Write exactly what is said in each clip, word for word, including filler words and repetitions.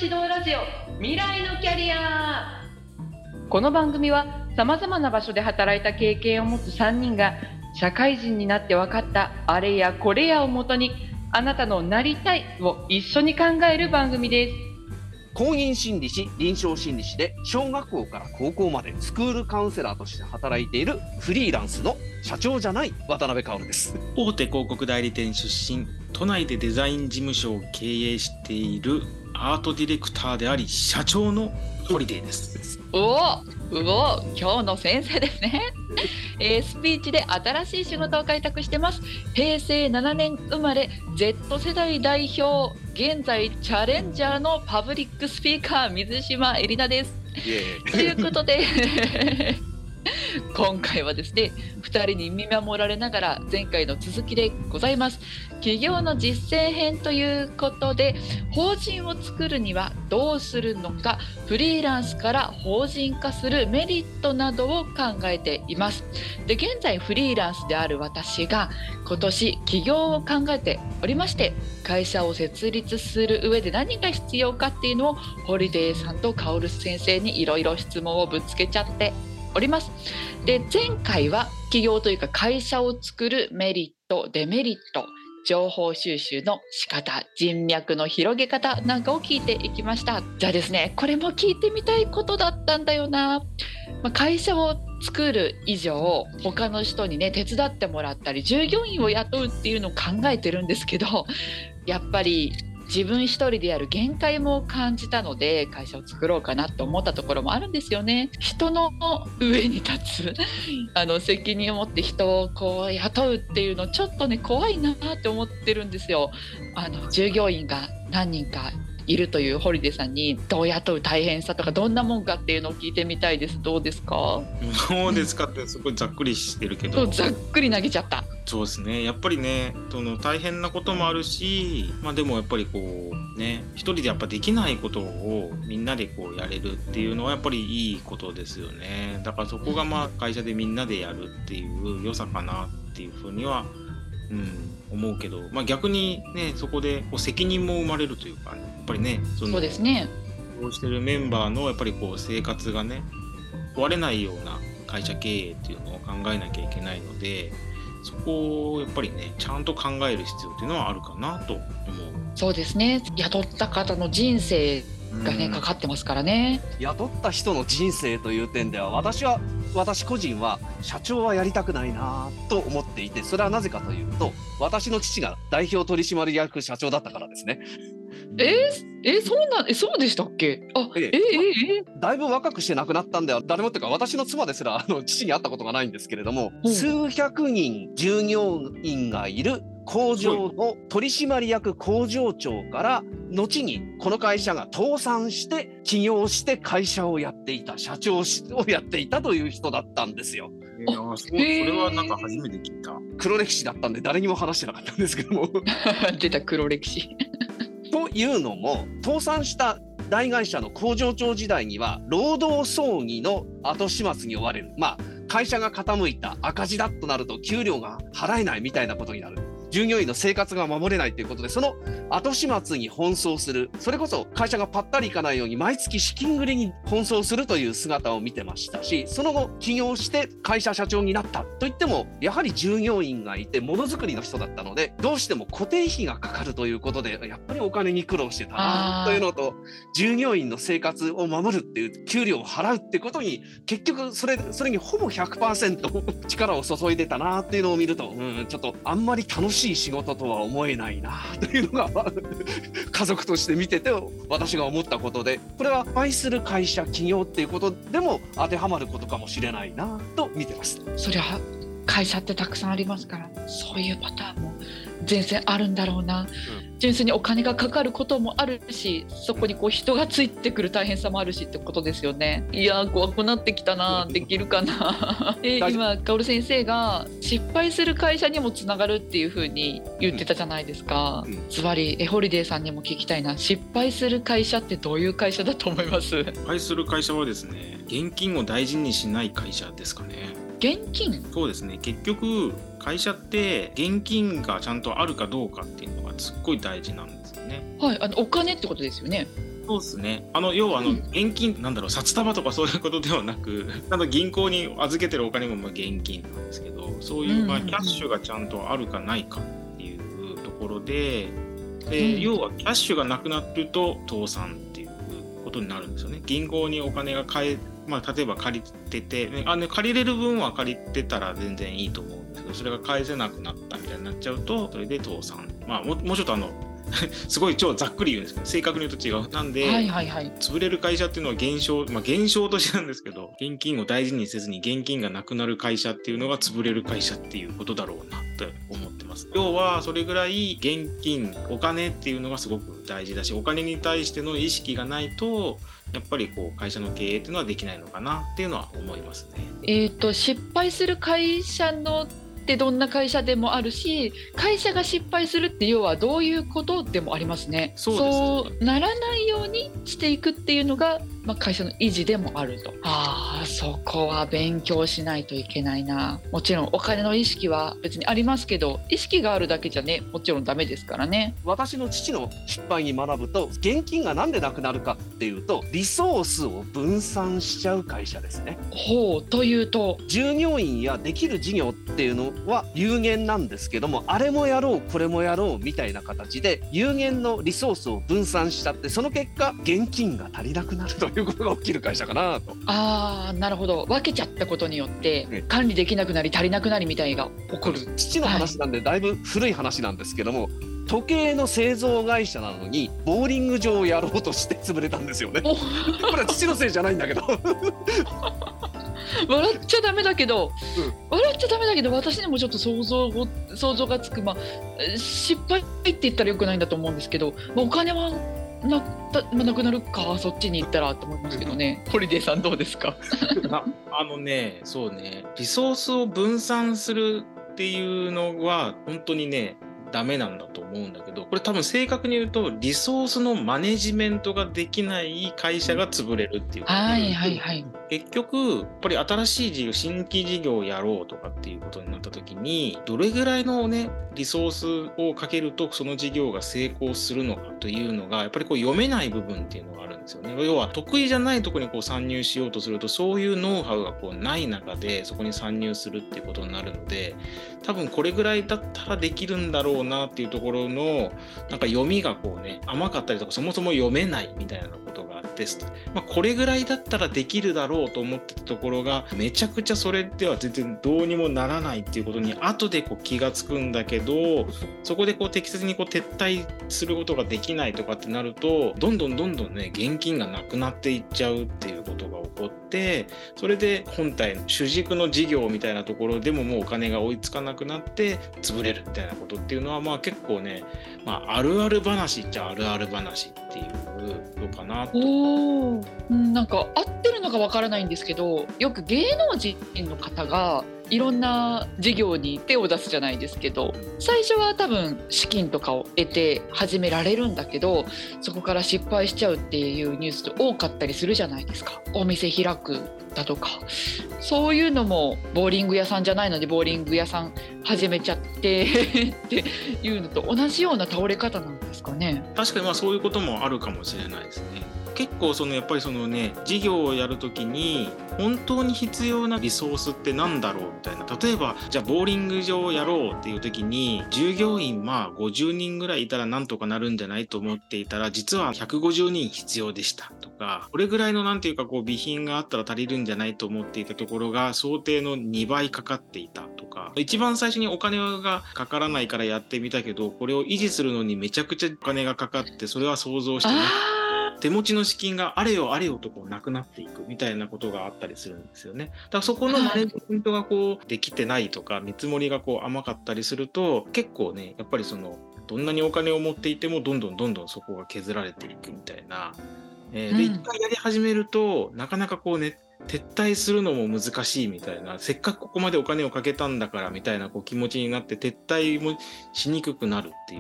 指導ラジオ未来のキャリア。この番組はさまざまな場所で働いた経験を持つさんにんが社会人になって分かったあれやこれやをもとにあなたのなりたいを一緒に考える番組です。 公認心理師、臨床心理師で小学校から高校までスクールカウンセラーとして働いているフリーランスの社長じゃない渡辺薫です。 大手広告代理店出身、都内でデザイン事務所を経営しているアートディレクターであり社長のホリデーです。 おお、うお、今日の先生ですね。えー、スピーチで新しい仕事を開拓してます。へいせいななねん生まれ Z 世代代表、現在チャレンジャーのパブリックスピーカー水島えりなです。ということで今回はですね、ふたりに見守られながら前回の続きでございます。企業の実践編ということで、法人を作るにはどうするのか、フリーランスから法人化するメリットなどを考えています。で、現在フリーランスである私が今年起業を考えておりまして、会社を設立する上で何が必要かっていうのをホリデーさんとカオル先生にいろいろ質問をぶつけちゃっております。で、前回は起業というか会社を作るメリット、デメリット、情報収集の仕方、人脈の広げ方なんかを聞いていきました。じゃあですね、これも聞いてみたいことだったんだよな。まあ、会社を作る以上、他の人にね手伝ってもらったり従業員を雇うっていうのを考えてるんですけど、やっぱり自分一人でやる限界も感じたので、会社を作ろうかなと思ったところもあるんですよね。人の上に立つあの責任を持って人をこう雇うっていうのちょっとね怖いなって思ってるんですよ。あの従業員が何人かいるというホリデーさんに、どう雇う大変さとかどんなもんかっていうのを聞いてみたいです。どうですか？ どうですかってすごいざっくりしてるけど、 ざっくり投げちゃった。 そうですね、やっぱりね、その大変なこともあるし、まあでもやっぱりこうね、一人でやっぱできないことをみんなでこうやれるっていうのはやっぱりいいことですよね。だからそこがまあ会社でみんなでやるっていう良さかなっていうふうには、うん、思うけど、まあ逆にね、そこでこう責任も生まれるというか、ね、やっぱりね、そのそうですね、 こうしてるメンバーのやっぱりこう生活がね壊れないような会社経営っていうのを考えなきゃいけないので、そこをやっぱりねちゃんと考える必要っていうのはあるかなと思う。 そうですね、雇った方の人生がね、うん、かかってますからね。 雇った人の人生という点では、私は私個人は社長はやりたくないなと思っていて、それはなぜかというと、私の父が代表取締役社長だったからですね。 えー、えー、そうなんえそうでしたっけ？あ、えー、えー、えー、 だいぶ若くして亡くなったんでは誰もっていうか、私の妻ですらあの父に会ったことがないんですけれども、うん、数百人従業員がいる工場の取締役工場長から、後にこの会社が倒産して起業して会社をやっていた、社長をやっていたという人だったんですよ。 いや、そ, それはなんか初めて聞いた。 黒歴史だったんで誰にも話してなかったんですけども出た黒歴史というのも、倒産した大会社の工場長時代には労働争議の後始末に追われる。まあ会社が傾いた、赤字だとなると給料が払えないみたいなことになる。従業員の生活が守れないということで、その後始末に奔走する、それこそ会社がパッタリいかないように毎月資金繰りに奔走するという姿を見てましたし、その後起業して会社社長になったといっても、やはり従業員がいてものづくりの人だったので、どうしても固定費がかかるということで、やっぱりお金に苦労してたなというのと、従業員の生活を守るっていう給料を払うっていうことに結局それそれにほぼ ひゃくパーセント 力を注いでたなっていうのを見ると、うん、ちょっとあんまり楽しい仕事とは思えないなというのが家族として見てて私が思ったことで、これは愛する会社企業っていうことでも当てはまることかもしれないなと見てます。 そりゃ会社ってたくさんありますから、そういうパターンも全然あるんだろうな、うん、純粋にお金がかかることもあるし、そこにこう人がついてくる大変さもあるしってことですよね。いやー怖くなってきたな。できるかなえ今カオル先生が失敗する会社にもつながるっていう風に言ってたじゃないですか、うんうん、つまりえホリデーさんにも聞きたいな。失敗する会社ってどういう会社だと思います？ 失敗する会社はですね、現金を大事にしない会社ですかね。 現金？ そうですね、結局会社って現金がちゃんとあるかどうかっていうのがすっごい大事なんですよね。 はい、あのお金ってことですよね。 そうですね。あの要はあの現金なんだろう、札束とかそういうことではなく、あの銀行に預けてるお金もまあ現金なんですけど、そういうまあキャッシュがちゃんとあるかないかっていうところで、でうん要はキャッシュがなくなると倒産っていうことになるんですよね。銀行にお金が返えまあ、例えば借りてて、ねあね、借りれる分は借りてたら全然いいと思うんですけど、それが返せなくなったみたいになっちゃうと、それで倒産。まあ、もうもうちょっとあのすごい超ざっくり言うんですけど、正確に言うと違う。なんで、 はいはいはい。 潰れる会社っていうのは減少、まあ減少としてなんですけど、現金を大事にせずに現金がなくなる会社っていうのが潰れる会社っていうことだろうなと思ってます。要はそれぐらい現金、お金っていうのがすごく大事だし、お金に対しての意識がないと、やっぱりこう会社の経営っていうのはできないのかなっていうのは思いますね。 えっと失敗する会社のってどんな会社でもあるし、会社が失敗するって要はどういうことでもありますね。 そうですね。 そうならないようにしていくっていうのが、まあ、会社の維持でもあると。ああ、そこは勉強しないといけないな。もちろんお金の意識は別にありますけど、意識があるだけじゃね、もちろんダメですからね。 私の父の失敗に学ぶと、現金がなんでなくなるかっていうと、リソースを分散しちゃう会社ですね。 ほうというと、 従業員やできる事業っていうのは有限なんですけども、あれもやろうこれもやろうみたいな形で有限のリソースを分散しちゃって、その結果現金が足りなくなるということが起きる会社かなと。 ああなるほど、分けちゃったことによってえ管理できなくなり足りなくなりみたいが起こる。 父の話なんでだいぶ古い話なんですけども、時計の製造会社なのにボーリング場をやろうとして潰れたんですよね。 おこれは父のせいじゃないんだけど笑っちゃダメだけど、 うん笑っちゃダメだけど、私にもちょっと想像を想像がつく、まあ、え失敗って言ったらよくないんだと思うんですけど、まあ、お金はなったまあなくなるか、そっちに行ったらと思いますけどね。ホリデーさんどうですか？ ああのね、そうね、リソースを分散するっていうのは本当にね、ダメなんだと思うんだけど、これ多分正確に言うとリソースのマネジメントができない会社が潰れるっていうこと。 はいはいはい。 結局やっぱり新しい事業、新規事業をやろうとかっていうことになった時に、どれぐらいのねリソースをかけるとその事業が成功するのかというのがやっぱりこう読めない部分っていうのがあるんですよね。要は得意じゃないところにこう参入しようとすると、そういうノウハウがこうない中でそこに参入するっていうことになるので、多分これぐらいだったらできるんだろうなっていうところのなんか読みがこうね甘かったりとか、そもそも読めないみたいなことがあって、まあ、これぐらいだったらできるだろうと思ってたところが、めちゃくちゃそれでは全然どうにもならないっていうことに後でこう気がつくんだけど、そこでこう適切にこう撤退することができないとかってなると、どんどんどんどんね現金がなくなっていっちゃうっていうことが起こって、それで本体の主軸の事業みたいなところでももうお金が追いつかなくなって潰れるみたいなことっていうのは、まあ結構ね、まあ、あるある話っちゃあるある話っていうのかなと。 おー、うん、なんか合ってるのかわからないんですけど、よく芸能人の方がいろんな事業に手を出すじゃないですけど、最初は多分資金とかを得て始められるんだけど、そこから失敗しちゃうっていうニュースって多かったりするじゃないですか。お店開くだとか、そういうのもボーリング屋さんじゃないのでボーリング屋さん始めちゃってっていうのと同じような倒れ方なんですかね。 確かにまあそういうこともあるかもしれないですね。結構そのやっぱりそのね事業をやるときに本当に必要なリソースってなんだろうみたいな。例えばじゃあボーリング場をやろうっていうときに従業員まあごじゅうにんぐらいいたらなんとかなるんじゃないと思っていたら、実はひゃくごじゅうにん必要でしたとか、これぐらいのなんていうかこう備品があったら足りるんじゃないと思っていたところが想定のにばいかかっていたとか、一番最初にお金がかからないからやってみたけど、これを維持するのにめちゃくちゃお金がかかって、それは想像してなくて手持ちの資金があれよあれよとこうなくなっていくみたいなことがあったりするんですよね。だからそこのマネジメントがこうできてないとか、見積もりがこう甘かったりすると、結構ねやっぱりそのどんなにお金を持っていてもどんどんどんどんそこが削られていくみたいな、えー、で一回やり始めるとなかなかこうね撤退するのも難しいみたいな、せっかくここまでお金をかけたんだからみたいなこう気持ちになって撤退もしにくくなるっていう、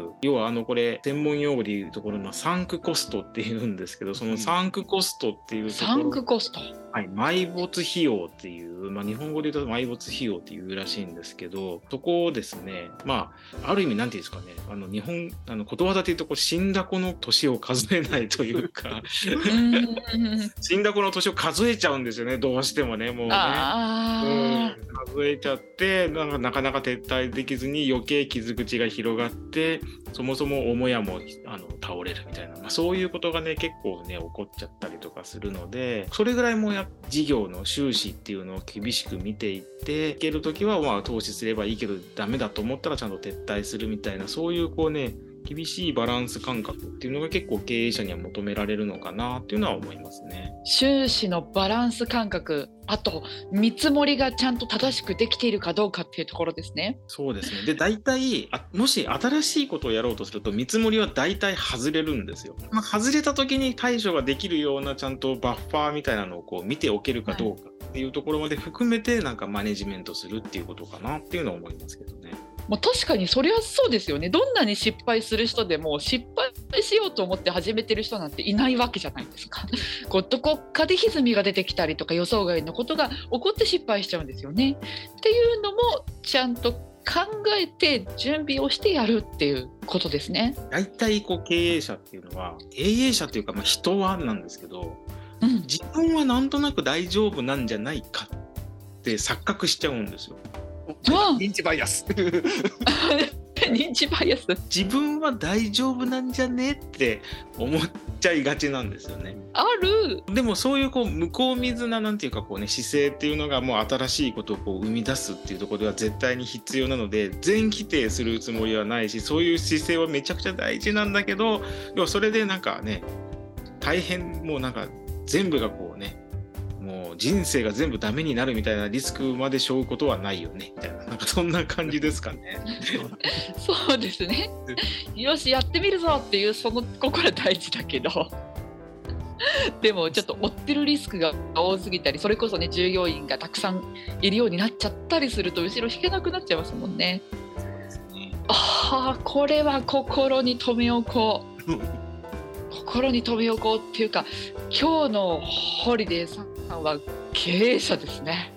要はあのこれ専門用語でいうところのサンクコストっていうんですけど、そのサンクコストっていうところ、 サンクコスト、 はい、埋没費用っていう、まあ、日本語で言うと埋没費用っていうらしいんですけど、そこをですね、まあある意味なんていうんですかね、あの日本あのことわざで言うとこう死んだ子の年を数えないというか死んだ子の年を数えちゃうんですよね、どうしてもね、もうね、 あうん、数えちゃってなんかなかなか撤退できずに余計傷口が広がって、そもそも母屋もあの倒れるみたいな、まあ、そういうことがね結構ね起こっちゃったりとかするので、それぐらいもや事業の収支っていうのを厳しく見ていって、いけるときはまあ投資すればいいけどダメだと思ったらちゃんと撤退するみたいな、そういうこうね厳しいバランス感覚っていうのが結構経営者には求められるのかなっていうのは思いますね。 収支のバランス感覚、あと見積もりがちゃんと正しくできているかどうかっていうところですね。 そうですね。で大体あもし新しいことをやろうとすると見積もりは大体外れるんですよ。まあ、外れた時に対処ができるようなちゃんとバッファーみたいなのをこう見ておけるかどうかっていうところまで含めてなんかマネジメントするっていうことかなっていうのは思いますけどね。 まあ、確かにそれはそうですよね。どんなに失敗する人でも失敗しようと思って始めてる人なんていないわけじゃないですか。こうどこかで歪みが出てきたりとか予想外のことが起こって失敗しちゃうんですよね。っていうのもちゃんと考えて準備をしてやるっていうことですね。 大体こう経営者っていうのは経営者というかまあ人はなんですけど、うん、自分はなんとなく大丈夫なんじゃないかって錯覚しちゃうんですよ。 認知バイアス認知バイアス、 自分は大丈夫なんじゃねって思っちゃいがちなんですよね。 ある。 でもそういうこう向こう水ななんていうかこうね姿勢っていうのがもう新しいことをこう生み出すっていうところでは絶対に必要なので、全否定するつもりはないし、そういう姿勢はめちゃくちゃ大事なんだけど、要はそれでなんかね大変もうなんか全部がこうねもう人生が全部ダメになるみたいなリスクまで背負うことはないよねみたいな、なんかそんな感じですかね。 そうですね。よしやってみるぞっていうその心は大事だけどでもちょっと追ってるリスクが多すぎたり、それこそね従業員がたくさんいるようになっちゃったりすると後ろ引けなくなっちゃいますもんね。ああこれは心に留め置こう心に留め置こうっていうか、今日のホリデーさんは経営者ですね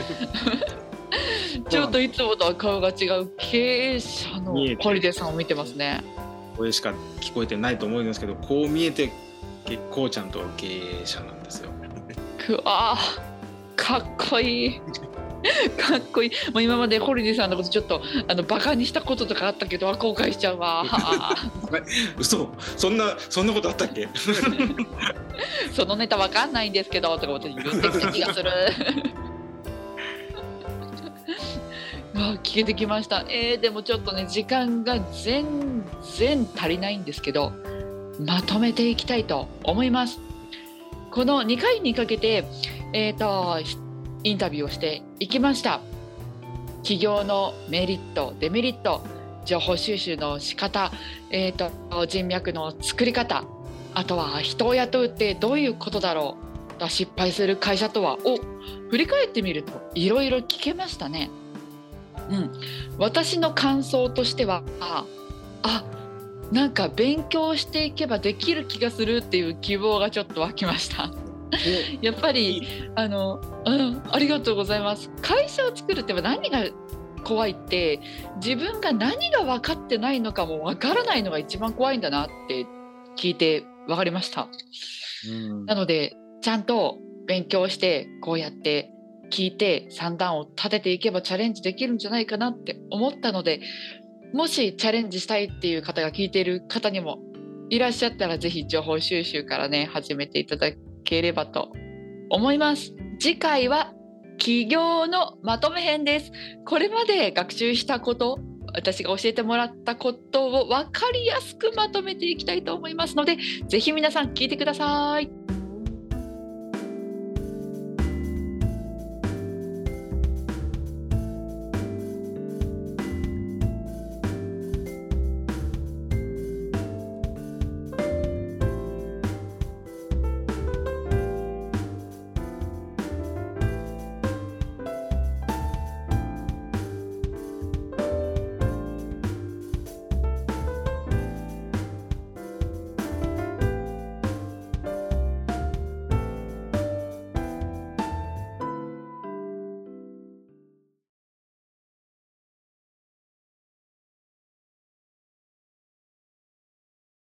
ちょっといつもとは顔が違う経営者のホリデーさんを見てますね。 声しか聞こえてないと思うんですけど、こう見えて結構ちゃんと経営者なんですよ。 くわかっこいいかっこいい。もう今までホリデーさんのことちょっとあのバカにしたこととかあったけど後悔しちゃうわ嘘、そんなそんなことあったっけそのネタわかんないんですけどとか私言ってきた気がする聞けてきました。えー、でもちょっとね時間が全然足りないんですけどまとめていきたいと思います。このにかいにかけてえーとインタビューをしていきました。企業のメリットデメリット、情報収集の仕方、えーと人脈の作り方、あとは人を雇うってどういうことだろう、失敗する会社とはを振り返ってみるといろいろ聞けましたね。うん、私の感想としてはああなんか勉強していけばできる気がするっていう希望がちょっと湧きましたやっぱりあの、うん、ありがとうございます。会社を作るって何が怖いって自分が何が分かってないのかも分からないのが一番怖いんだなって聞いて分かりました。うん、なのでちゃんと勉強してこうやって聞いて算段を立てていけばチャレンジできるんじゃないかなって思ったので、もしチャレンジしたいっていう方が聞いている方にもいらっしゃったらぜひ情報収集からね始めていただければと思います。次回は起業のまとめ編です。これまで学習したこと、私が教えてもらったことを分かりやすくまとめていきたいと思いますのでぜひ皆さん聞いてください。